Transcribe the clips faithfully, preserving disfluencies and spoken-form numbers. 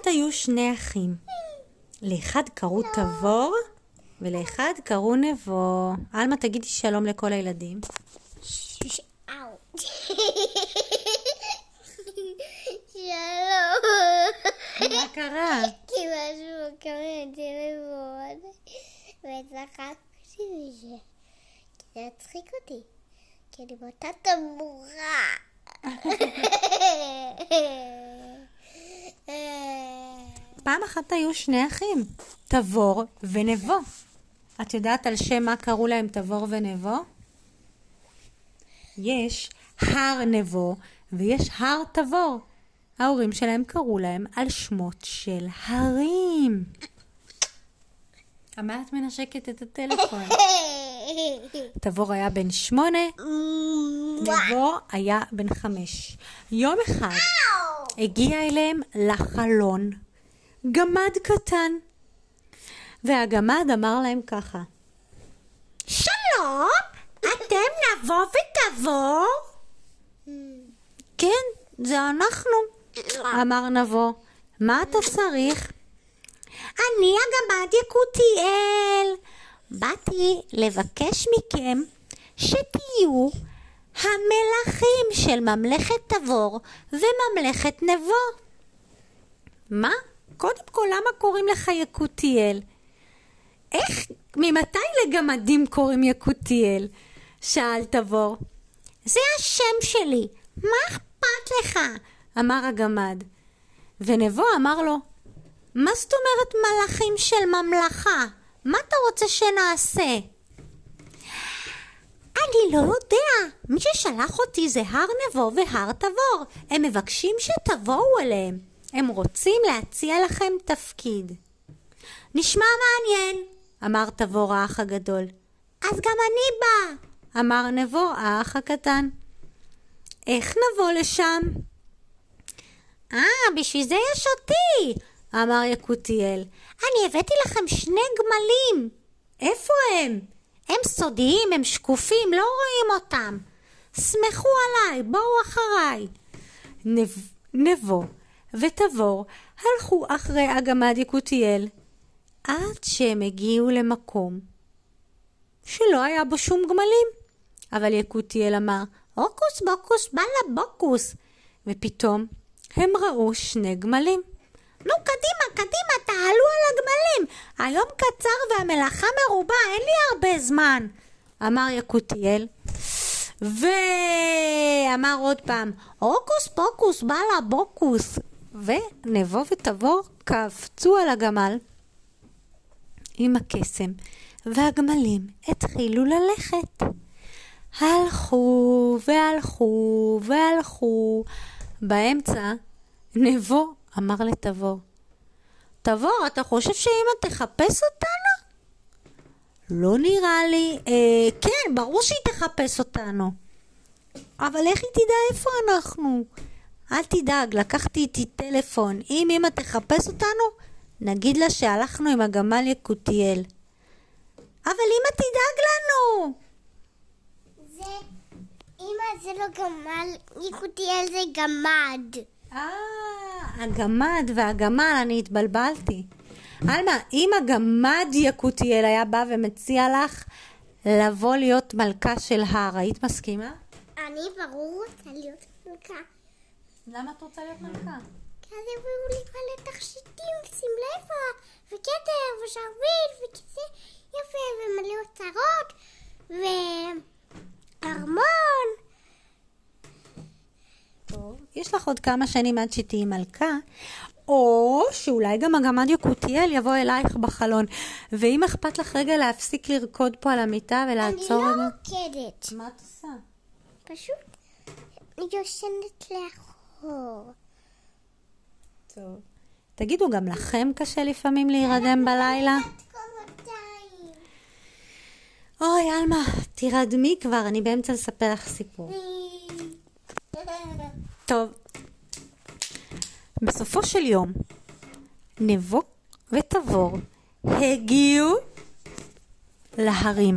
אחת היו שני אחים. לאחד קראו תבור, ולאחד קראו נבו. אלמה, תגידי שלום לכל הילדים. שלום. מה קרה? כי משהו קרה את טלפון, וצחקתי מזה. כי זה הצחיק אותי. כי אני באותה תמורה. פעם אחת היו שני אחים, תבור ונבו. את יודעת על שם מה קראו להם תבור ונבו? יש הר נבו ויש הר תבור. ההורים שלהם קראו להם על שמות של הרים. מה את מנשקת את הטלפון? תבור היה בן שמונה, נבו היה בן חמש. יום אחד הגיע אליהם לחלון גמד קטן, והגמד אמר להם ככה: שלום, אתם נבו ותבור? כן, זה אנחנו, אמר נבו. מה אתה צריך? אני הגמד יקותיאל. באתי לבקש מכם שתהיו המלכים של ממלכת תבור וממלכת נבו. מה? קודם כל, למה קוראים לך יקותיאל? איך, ממתי לגמדים קוראים יקותיאל? שאל תבור. זה השם שלי, מה אכפת לך? אמר הגמד. ונבו אמר לו, מה זאת אומרת מלאכים של ממלכה? מה אתה רוצה שנעשה? אני לא יודע, מי ששלח אותי זה הר נבו והר תבור. הם מבקשים שתבואו אליהם. הם רוצים להציע לכם תפקיד. נשמע מעניין, אמר תבור האח הגדול. אז גם אני בא, אמר נבו האח הקטן. איך נבוא לשם? אה, בשביל זה יש אותי, אמר יקותיאל. אני הבאתי לכם שני גמלים. איפה הם? הם סודיים, הם שקופים, לא רואים אותם. שמחו עליי, בואו אחריי. נב... נבו ותבור הלכו אחרי הגמד יקותיאל, עד שהם הגיעו למקום שלא היה בו שום גמלים. אבל יקותיאל אמר, הוקוס בוקוס בלה בוקוס, ופתאום הם ראו שני גמלים. נו, קדימה, קדימה, תעלו על הגמלים. היום קצר והמלאכה מרובה, אין לי הרבה זמן, אמר יקותיאל. ואמר עוד פעם, הוקוס פוקוס בלה בוקוס. ונבו ותבור קפצו על הגמל עם הקסם, והגמלים התחילו ללכת. הלכו והלכו והלכו. באמצע נבו אמר לתבור, תבור, אתה חושב שאמא תחפש אותנו? לא נראה לי. אה, כן, ברור שהיא תחפש אותנו, אבל איך היא תדע איפה אנחנו? אל תדאג, לקחתי איתי טלפון. אם אמא תחפש אותנו, נגיד לה שהלכנו עם הגמל יקותיאל. אבל אמא תדאג לנו. זה, אמא, זה לא גמל, יקותיאל זה גמד. אה, הגמד והגמל, אני התבלבלתי. אלמה, אם הגמד יקותיאל היה בא ומציע לך לבוא להיות מלכה של הר, היית מסכימה? אני ברור רוצה להיות מלכה. למה את רוצה להיות מלכה? כי אז יביאו לי מלא תכשיטים, סמלי וכתר ושרביט וכיסא יפה ומלא אוצרות וארמון. טוב, יש לך עוד כמה שנים עד שתהיי מלכה, או שאולי גם הגמד יקותיאל יבוא אלייך בחלון. ואם אכפת לך רגע להפסיק לרקוד פה על המיטה ולעצור... אני לא רוקדת. מה את עושה? פשוט אני יושנת לאחור. טוב. תגידו, גם לכם קשה לפעמים להירדם בלילה? אוי, אלמה, תירדמי כבר, אני באמצע לספר לך סיפור. טוב. בסופו של יום, נבו ותבור הגיעו להרים.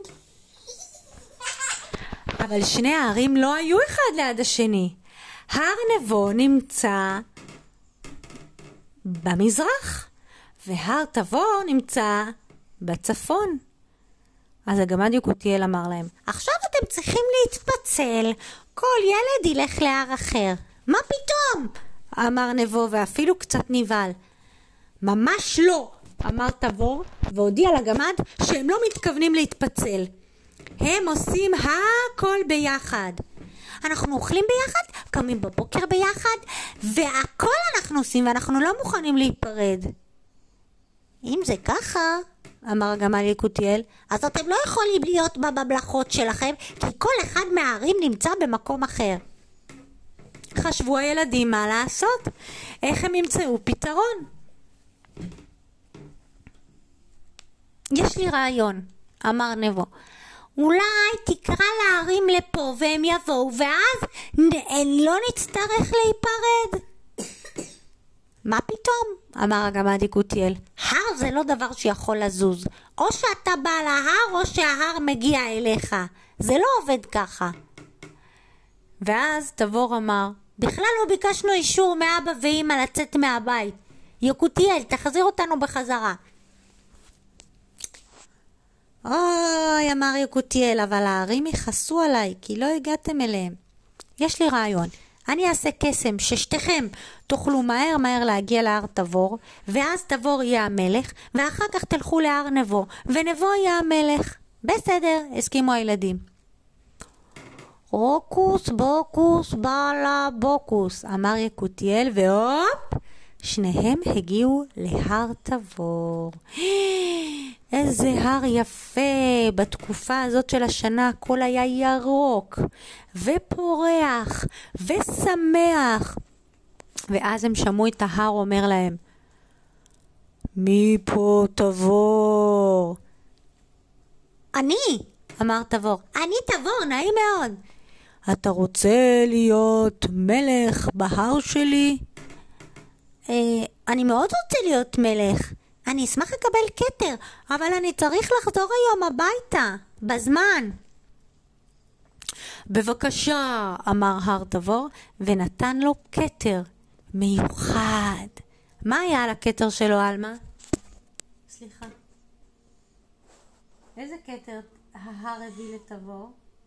אבל שני הערים לא היו אחד ליד השני. הר נבו נמצא במזרח, והר תבור נמצא בצפון. אז הגמד יקותיאל אמר להם, עכשיו אתם צריכים להתפצל, כל ילד ילך להר אחר. מה פתאום? אמר נבו ואפילו קצת נבהל. ממש לא, אמר תבור והודיע לגמד שהם לא מתכוונים להתפצל. הם עושים הכל ביחד. אנחנו אוכלים ביחד, קמים בבוקר ביחד, והכל אנחנו עושים ואנחנו לא מוכנים להיפרד. אם זה ככה, אמר הגמד יקותיאל, אז אתם לא יכולים להיות בממלכות שלכם, כי כל אחד מהערים נמצא במקום אחר. חשבו הילדים מה לעשות, איך הם ימצאו פתרון. יש לי רעיון, אמר נבו. אולי תקרא להרים לפה והם יבואו, ואז לא נצטרך להיפרד. מה פתאום? אמר הגמד יקותיאל. הר זה לא דבר שיכול לזוז. או שאתה בא להר או שההר מגיע אליך. זה לא עובד ככה. ואז תבור אמר, בכלל לא ביקשנו אישור מאבא ואמא לצאת מהבית. יקותיאל, תחזיר אותנו בחזרה. אוי, אמר יקותיאל, אבל ההרים יכעסו עליי, כי לא הגעתם אליהם. יש לי רעיון. אני אעשה קסם ששתיכם תוכלו מהר מהר להגיע להר תבור, ואז תבור יהיה המלך, ואחר כך תלכו להר נבו, ונבו יהיה המלך. בסדר, הסכימו הילדים. רוקוס בוקוס בלה בוקוס, אמר יקותיאל, והופ, שניהם הגיעו להר תבור. איזה הר יפה, בתקופה הזאת של השנה הכל היה ירוק ופורח ושמח. ואז הם שמעו את ההר אומר להם, מי פה תבור? אני, אמר תבור, אני תבור, נעים מאוד. אתה רוצה להיות מלך בהר שלי? אה, אני מאוד רוצה להיות מלך. אני אשמח לקבל כתר, אבל אני צריך לחזור היום הביתה, בזמן. בבקשה, אמר הר תבור, ונתן לו כתר מיוחד. מה היה על הכתר שלו, אלמה? סליחה. איזה כתר ההר הביא לתבור?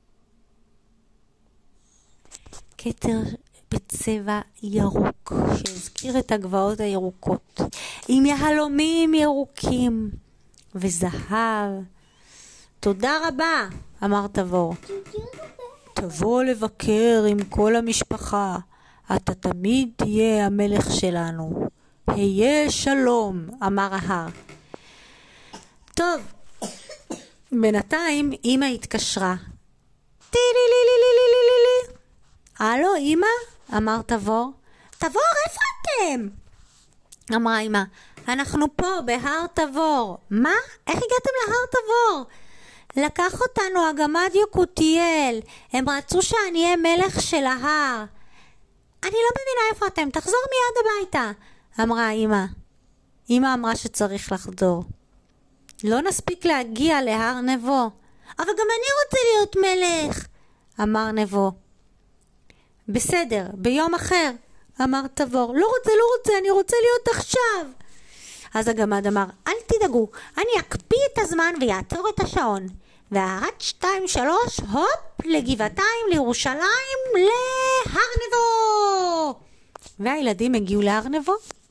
כתר בצבע ירוק, שהזכיר את הגבעות הירוקות, עם יהלומים ירוקים וזהב. תודה רבה, אמר תבור. תבוא לבקר עם כל המשפחה, אתה תמיד תהיה המלך שלנו. היה שלום, אמר ההר. טוב, בינתיים אמא התקשרה. טילילילילילילי. הלו, אמא? אמר תבור. תבור, איפה אתם? אמרה אמא. אנחנו פה בהר תבור. מה? איך הגעתם להר תבור? לקח אותנו הגמד יקותיאל. הם רצו שאני אהיה מלך של ההר. אני לא מבינה איפה אתם, תחזור מיד הביתה, אמרה אמא. אמא אמרה שצריך לחזור. לא נספיק להגיע להר נבו. אבל גם אני רוצה להיות מלך, אמר נבו. בסדר, ביום אחר, אמר תבור. לא רוצה, לא רוצה, אני רוצה להיות עכשיו. אז הגמד אמר, אל תדאגו, אני אקפיא את הזמן ויעצור את השעון. ואחת, שתיים, שלוש, הופ, לגבעתיים, לירושלים, להר נבו. והילדים הגיעו להר נבו.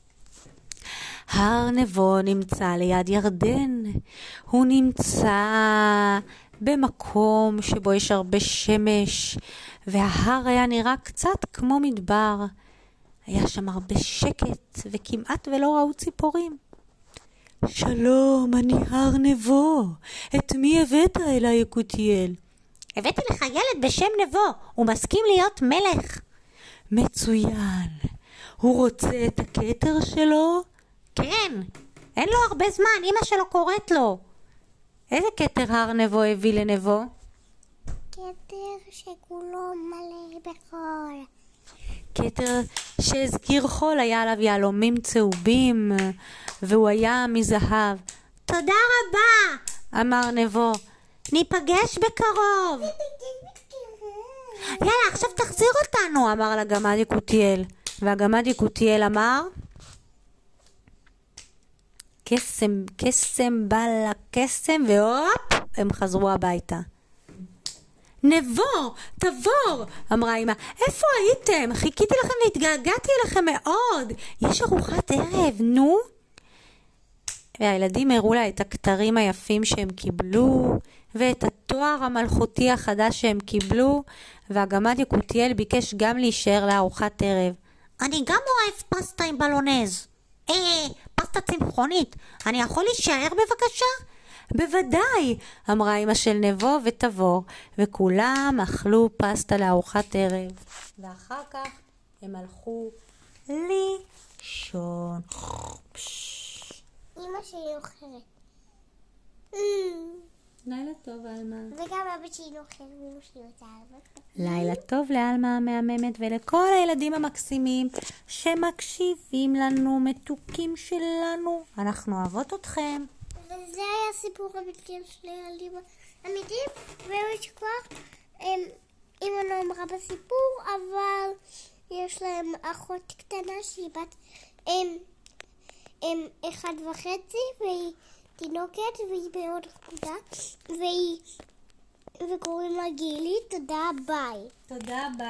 הר נבו נמצא ליד ירדן. הוא נמצא במקום שבו יש הרבה שמש, וההר היה נראה קצת כמו מדבר. היה שם הרבה שקט וכמעט ולא ראו ציפורים. שלום, אני הר נבו. את מי הבאת אליי יקותיאל? הבאתי לך ילד בשם נבו, הוא מסכים להיות מלך. מצוין. הוא רוצה את הכתר שלו? כן, אין לו הרבה זמן, אמא שלו קוראת לו. איזה כתר הר נבו הביא לנבו? כתר שכולו מלא בחול. כתר שהזכיר חול, היה עליו יהלומים צהובים, והוא היה מזהב. תודה רבה, אמר נבו. ניפגש בקרוב. יאללה, עכשיו תחזיר אותנו, אמר לגמד יקותיאל. והגמד יקותיאל אמר, קסם, קסם, בא לקסם, והופ, הם חזרו הביתה. נבו, תבור, אמרה אמא, איפה הייתם? חיכיתי לכם והתגעגעתי אליכם מאוד. יש ארוחת ערב, נו? והילדים הראו לה את הכתרים היפים שהם קיבלו, ואת התואר המלכותי החדש שהם קיבלו, והגמד יקותיאל ביקש גם להישאר לארוחת ערב. אני גם אוהב פסטה עם בלונז. אה, פסטה צמחונית. אני יכול להישאר בבקשה? בוודאי, אמרה אמא של נבו ותבור, וכולם אכלו פסטה לארוחת ערב, ואחר כך הם הלכו לישון. אמא שלי אוכלת. לילה טוב, אלמה. וגם אבא שלי אוכל, ואמא שלי רוצה לעבוד. לילה טוב לאלמה המהממת ולכל הילדים המקסימים שמקשיבים לנו, מתוקים שלנו. אנחנו אוהבות אתכם. וזה היה סיפור המתקן של הילדים אמיתיים, ויש כבר, אמא לא אמרה בסיפור, אבל יש להם אחות קטנה שהיא בת הם, הם אחד וחצי, והיא תינוקת, והיא מאוד חמודה, והיא, וקוראים לה גילי. תודה, ביי. תודה, ביי.